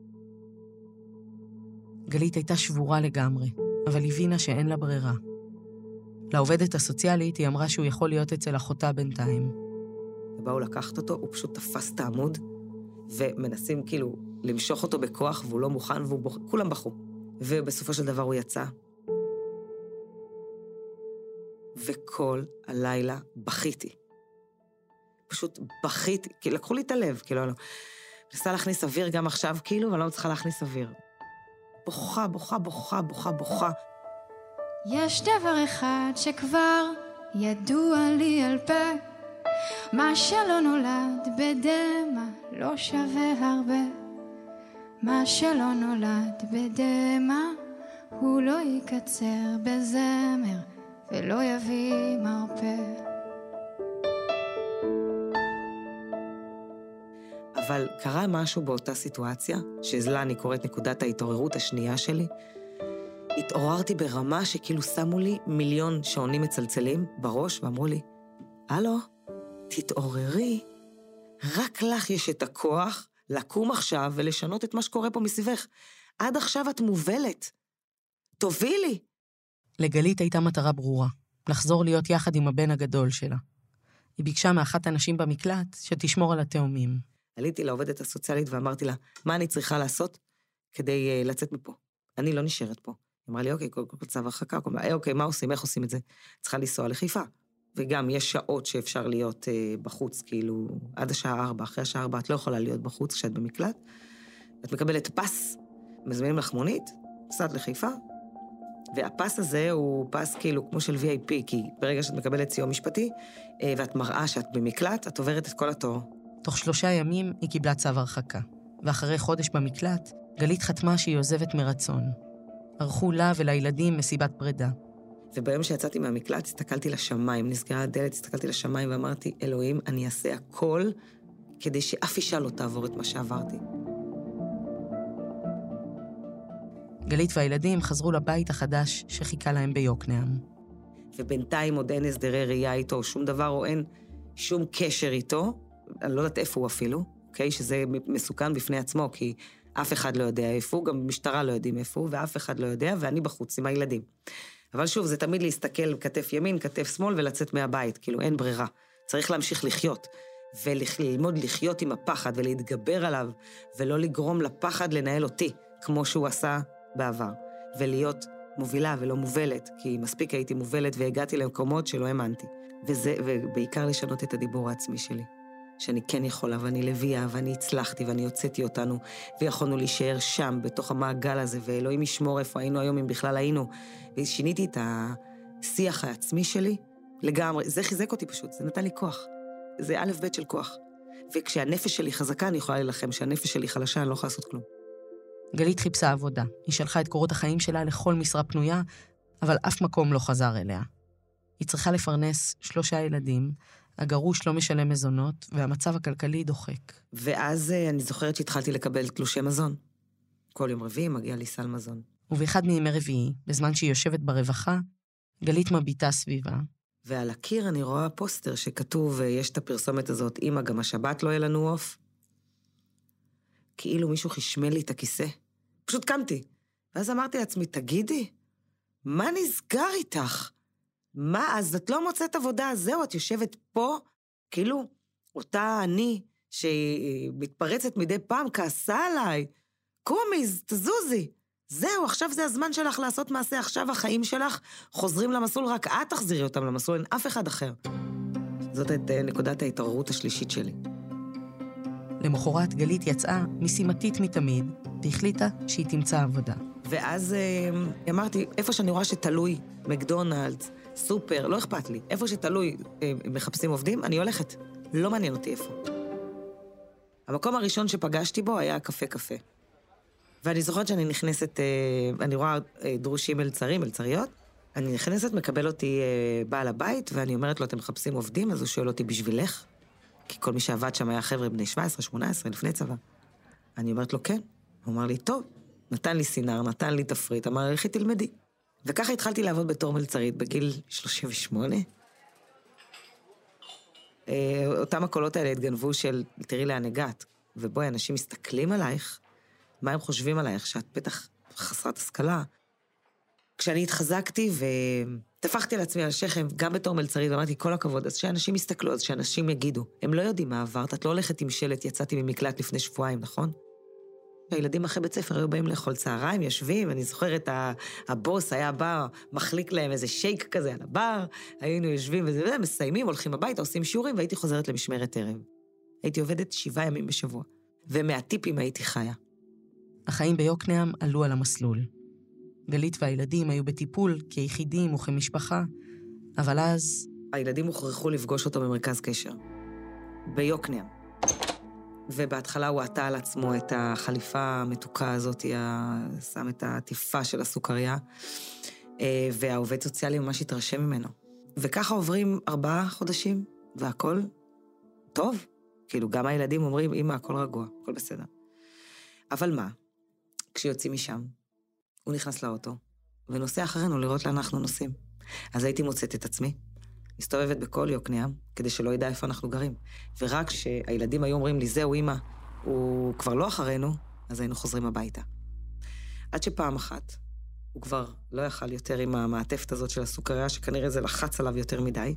גלית הייתה שבורה לגמרי, אבל הבינה שאין לה ברירה. לעובדת הסוציאלית היא אמרה שהוא יכול להיות אצל אחותה בינתיים. ובאו לקחת אותו, הוא פשוט תפס את העמוד, ומנסים כאילו למשוך אותו בכוח, והוא לא מוכן, כולם בכו. ובסופו של דבר הוא יצא. וכל הלילה בכיתי. פשוט בכיתי, כי לקחו לי את הלב, כאילו, אני מנסה להכניס אוויר גם עכשיו, כאילו, ואני לא צריכה להכניס אוויר. בוכה, בוכה, בוכה, בוכה, בוכה. יש דבר אחד שכבר ידוע לי על פה, מה שלא נולד בדמה לא שווה הרבה. מה שלא נולד בדמה הוא לא יקצר בזמר ולא יביא מרפא. אבל קרה משהו באותה סיטואציה, שזלה אני קוראת נקודת ההתעוררות השנייה שלי. התעוררתי ברמה שכאילו שמו לי 1,000,000 שעונים מצלצלים בראש, ואמרו לי, הלו, תתעוררי, רק לך יש את הכוח לקום עכשיו ולשנות את מה שקורה פה מסביבך. עד עכשיו את מובלת. תובילי. לגלית הייתה מטרה ברורה, לחזור להיות יחד עם הבן הגדול שלה. היא ביקשה מאחת הנשים במקלט שתשמור על התאומים. עליתי לעובדת הסוציאלית ואמרתי לה, מה אני צריכה לעשות כדי לצאת מפה? אני לא נשארת פה. היא אמרה לי, אוקיי, כל צו הרחקה, אוקיי, מה עושים, איך עושים את זה? צריכה לנסוע לחיפה. וגם יש שעות שאפשר להיות בחוץ, כאילו, עד השעה 4, אחרי השעה 4, את לא יכולה להיות בחוץ כשאת במקלט. את מקבלת פס, מזמינים לך מונית, נוסעת לחיפה, והפס הזה הוא פס כאילו כמו של VIP, כי ברגע שאת מקבלת סיוע משפטי, ואת מראה שאת במקלט, את עוברת את כל התור. תוך 3 ימים היא קיבלה צו הרחקה, ואחרי חודש במקלט, גלית חתמה שהיא עוזבת מרצון. ערכו לה ולילדים מסיבת פרידה. וביום שיצאתי מהמקלט, הסתכלתי לשמיים, נסגרה הדלת, הסתכלתי לשמיים ואמרתי, אלוהים, אני אעשה הכל כדי שאף אישה לא תעבור את מה שעברתי. גלית והילדים חזרו לבית החדש שחיכה להם ביוקנעם. ובינתיים עוד אין הסדרי ראייה איתו, שום דבר או אין שום קשר איתו, אני לא יודעת איפה הוא אפילו, אוקיי? שזה מסוכן בפני עצמו, כי אף אחד לא יודע איפה הוא, גם משטרה לא יודעים איפה הוא, ואף אחד לא יודע, ואני בחוץ עם הילדים. אבל שוב, זה תמיד להסתכל כתף ימין, כתף שמאל, ולצאת מהבית, כאילו אין ברירה. צריך להמשיך לחיות, וללמוד לחיות עם הפחד, ולהתגבר עליו, ולא לגרום לפחד לנהל אותי, כמו שהוא עשה בעבר, ולהיות מובילה ולא מובלת, כי מספיק הייתי מובלת והגעתי למקומות שלא האמנתי. ובעיקר לשנות את הדיבור העצמי שלי. שאני כן יכולה, ואני לביאה, ואני הצלחתי, ואני הוצאתי אותנו, ויכולנו להישאר שם, בתוך המעגל הזה, ואלוהים ישמור איפה היינו היום, אם בכלל היינו. ושיניתי את השיח העצמי שלי לגמרי. זה חיזק אותי פשוט, זה נתן לי כוח. זה א' ב' של כוח. וכשהנפש שלי חזקה, אני יכולה ללחם, כשהנפש שלי חלשה, אני לא יכולה לעשות כלום. גלית חיפשה עבודה. היא שלחה את קורות החיים שלה לכל משרה פנויה, אבל אף מקום לא חזר אליה. היא צריכה לפרנס 3 ילדים, הגרוש לא משלם מזונות, והמצב הכלכלי דוחק. ואז אני זוכרת שהתחלתי לקבל תלושי מזון. כל יום רביעי מגיע לי סל מזון. ובאחד מימי רביעי, בזמן שהיא יושבת ברווחה, גלית מביטה סביבה. ועל הקיר אני רואה פוסטר שכתוב, יש את הפרסומת הזאת, אמא, גם השבת לא יהיה לנו עוף. כאילו מישהו חשמל לי את הכיסא. פשוט קמתי. ואז אמרתי לעצמי, תגידי, מה נסגר איתך? מה, אז את לא מוצאת עבודה, זהו, את יושבת פה, כאילו, אותה אני שמתפרצת מדי פעם, כעסה עליי, קומי, תזוזי. זהו, עכשיו זה הזמן שלך לעשות מעשה, עכשיו החיים שלך חוזרים למסלול, רק את תחזירי אותם למסלול, אין אף אחד אחר. זאת את נקודת ההתעוררות השלישית שלי. למחרת גלית יצאה משימתית מתמיד, והחליטה שהיא תמצא עבודה. ואז אמרתי, איפה שאני רואה שתלוי, מקדונלדס, סופר, לא אכפת לי. איפה שתלוי מחפשים עובדים, אני הולכת. לא מעניין אותי איפה. המקום הראשון שפגשתי בו היה קפה. ואני זוכרת שאני נכנסת, אני רואה דרושים מלצריות, אני נכנסת, מקבל אותי בעל הבית, ואני אומרת לו, אתם מחפשים עובדים? אז הוא שואל אותי, בשבילך? כי כל מי שעבד שם היה חבר'ה בני 17, 18, לפני צבא. אני אומרת לו, כן. הוא אמר לי, טוב. נתן לי סינר, נתן לי תפריט, אמר לי, לכי תלמדי. וככה התחלתי לעבוד בתור מלצרית בגיל 38. אותם הקולות האלה התגנבו של, תראי לאן הגעת, ובואי, אנשים מסתכלים עלייך, מה הם חושבים עלייך, שאת בטח חסרת השכלה. כשאני התחזקתי ותפחתי על עצמי על השכם, גם בתור מלצרית, ואמרתי, כל הכבוד, אז שאנשים יסתכלו, אז שאנשים יגידו, הם לא יודעים מה עברת, את לא הולכת עם שלט, יצאתי ממקלט לפני שבועיים, נכון? הילדים אחרי בית ספר היו באים לאכול צהריים, יושבים, אני זוכרת, הבוס היה בא, מחליק להם איזה שייק כזה על הבר, היינו יושבים וזה, מסיימים, הולכים הביתה, עושים שיעורים, והייתי חוזרת למשמרת ערב. הייתי עובדת 7 ימים בשבוע, ומהטיפים הייתי חיה. החיים ביוקנעם עלו על המסלול. גלית והילדים היו בטיפול כיחידים וכמשפחה, אבל אז... הילדים הוכרחו לפגוש אותו במרכז קשר. ביוקנעם. ובהתחלה הוא עטה על עצמו את החליפה המתוקה הזאת, שם את העטיפה של הסוכריה, והעובד סוציאלי ממש התרשם ממנו. וככה עוברים 4 חודשים, והכל טוב. כאילו, גם הילדים אומרים, אמא, הכל רגוע, הכל בסדר. אבל מה? כשיוצאים משם, הוא נכנס לאוטו, ונוסע אחרינו לראות לאן אנחנו נוסעים. אז הייתי מוצאת את עצמי, מסתובבת בכל יוקנעם, כדי שלא ידע איפה אנחנו גרים. ורק כשהילדים היו אומרים לי, זהו, אמא, הוא כבר לא אחרינו, אז היינו חוזרים הביתה. עד שפעם אחת, הוא כבר לא יכל יותר עם המעטפת הזאת של הסוכריה, שכנראה זה לחץ עליו יותר מדי.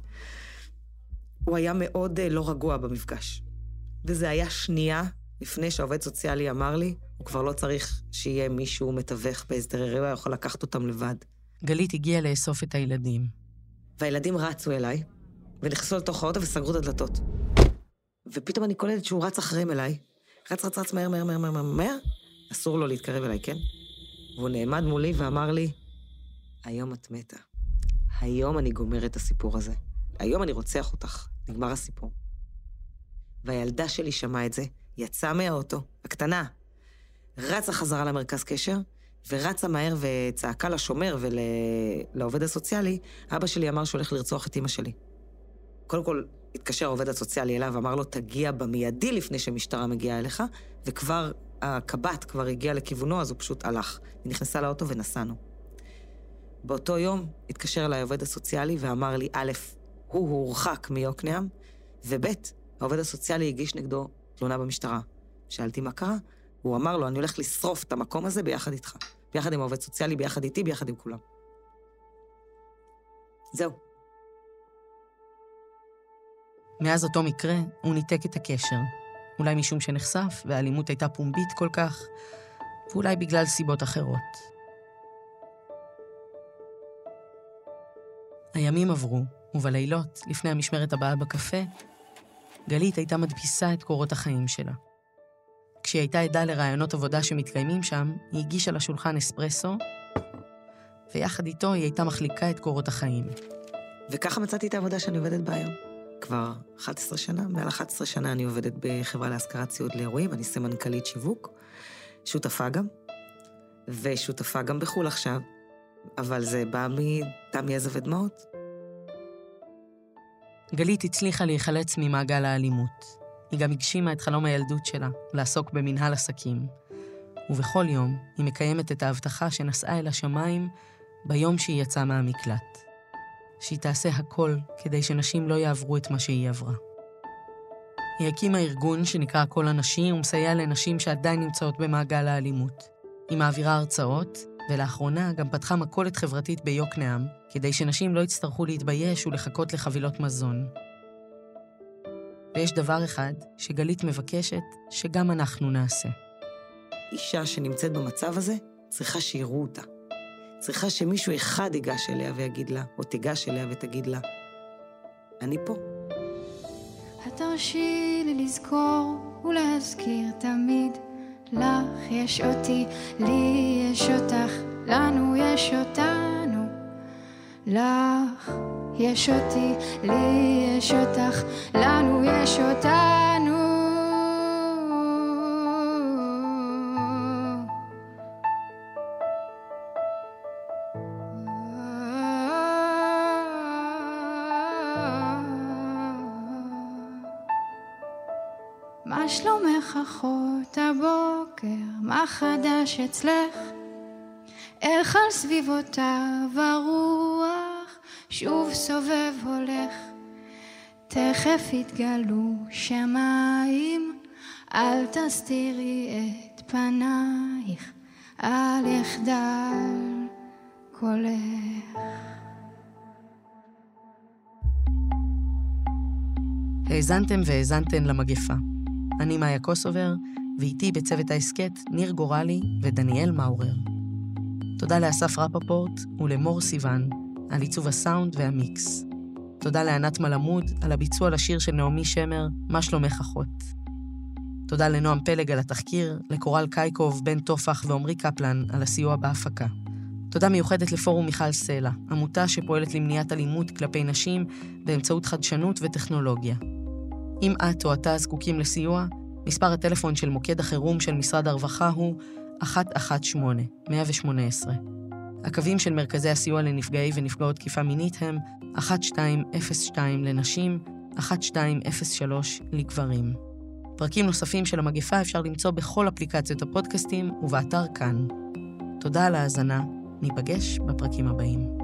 הוא היה מאוד לא רגוע במפגש. וזה היה שנייה לפני שהעובד סוציאלי אמר לי, הוא כבר לא צריך שיהיה מישהו מתווך בהסדרי רבע, יכול לקחת אותם לבד. גלית הגיעה לאסוף את הילדים. והילדים רצו אליי, ונכנסו לתוך האוטו וסגרו את הדלתות. ופתאום אני קולטת שהוא רץ אחריהם אליי, רץ מהר, אסור לו להתקרב אליי, כן? והוא נעמד מולי ואמר לי, היום את מתה. היום אני גומר את הסיפור הזה. היום אני רוצח אותך. נגמר הסיפור. והילדה שלי שמעה את זה, יצאה מהאוטו, הקטנה, רצה חזרה למרכז קשר, ורצה מהר וצעקה לשומר ולעובד הסוציאלי, אבא שלי אמר שהוא הולך לרצוח את אמא שלי. קודם כל, התקשר העובד הסוציאלי אליו ואמר לו, תגיע במיידי לפני שמשטרה מגיעה אליך, וכבר הקב"ט כבר הגיע לכיוונו, אז הוא פשוט הלך. היא נכנסה לאוטו ונסענו. באותו יום התקשר אליי העובד הסוציאלי ואמר לי, א', הוא הורחק מיוקנעם, וב', העובד הסוציאלי הגיש נגדו תלונה במשטרה. שאלתי מה קרה? הוא אמר לו, אני הולך לשרוף את המקום הזה ביחד איתך. ביחד עם העובד סוציאלי, ביחד איתי, ביחד עם כולם. זהו. מאז אותו מקרה, הוא ניתק את הקשר. אולי משום שנחשף, והאלימות הייתה פומבית כל כך, ואולי בגלל סיבות אחרות. הימים עברו, ובלילות, לפני המשמרת הבאה בקפה, גלית הייתה מדפיסה את קורות החיים שלה. כשהיא הייתה עדה לרעיונות עבודה שמתקיימים שם, היא הגישה לשולחן אספרסו, ויחד איתו היא הייתה מחליקה את קורות החיים. וככה מצאתי את העבודה שאני עובדת בה היום. כבר 11 שנה, מעל 11 שנה אני עובדת בחברה להשכרת ציוד לאירועים, אני סמנכ"לית שיווק, שותפה גם, ושותפה גם בחול עכשיו, אבל זה בא מדם יזע ודמעות. גלית הצליחה להיחלץ ממעגל האלימות. היא גם הגשימה את חלום הילדות שלה, לעסוק במנהל עסקים. ובכל יום היא מקיימת את ההבטחה שנשאה אל השמיים ביום שהיא יצאה מהמקלט. שהיא תעשה הכל כדי שנשים לא יעברו את מה שהיא עברה. היא הקימה ארגון שנקרא כל הנשים ומסייע לנשים שעדיין נמצאות במעגל האלימות. היא מעבירה הרצאות ולאחרונה גם פתחה מכולת חברתית ביוקנעם, כדי שנשים לא יצטרכו להתבייש ולחכות לחבילות מזון. ויש דבר אחד שגלית מבקשת שגם אנחנו נעשה. אישה שנמצאת במצב הזה צריכה שיראו אותה. צריכה שמישהו אחד ייגש אליה ויגיד לה, או תיגש אליה ותגיד לה, אני פה. התרשי לי לזכור ולהזכיר תמיד, לך יש אותי, לי יש אותך, לנו יש אותנו. לך יש אותי, לי יש אותך, לנו יש אותנו. מה שלומך אחות הבוקר, מה חדש אצלך? איך על סביבותיו הרוח שוב סובב הולך? תכף יתגלו שמיים, אל תסתירי את פנייך, אל יחדל קולך. האזנתם והאזנתן למגפה. אני מאיה קוסובר, ואיתי בצוות העסקת ניר גורלי ודניאל מאורר. תודה לאסף רפפורט ולמור סיוון על עיצוב הסאונד והמיקס. תודה לענת מלמוד על הביצוע לשיר של נעמי שמר, מה שלומך אחות. תודה לנועם פלג על התחקיר, לקורל קייקוב, בן תופח ועומרי קפלן על הסיוע בהפקה. תודה מיוחדת לפורום מיכל סלע, עמותה שפועלת למניעת אלימות כלפי נשים באמצעות חדשנות וטכנולוגיה. אם את או אתה זקוקים לסיוע, מספר הטלפון של מוקד החירום של משרד הרווחה הוא 118. הקווים של מרכזי הסיוע לנפגעי ונפגעות תקיפה מינית הם 1202 לנשים, 1203 לגברים. פרקים נוספים של המגפה אפשר למצוא בכל אפליקציות הפודקאסטים ובאתר כאן. תודה על ההאזנה, ניפגש בפרקים הבאים.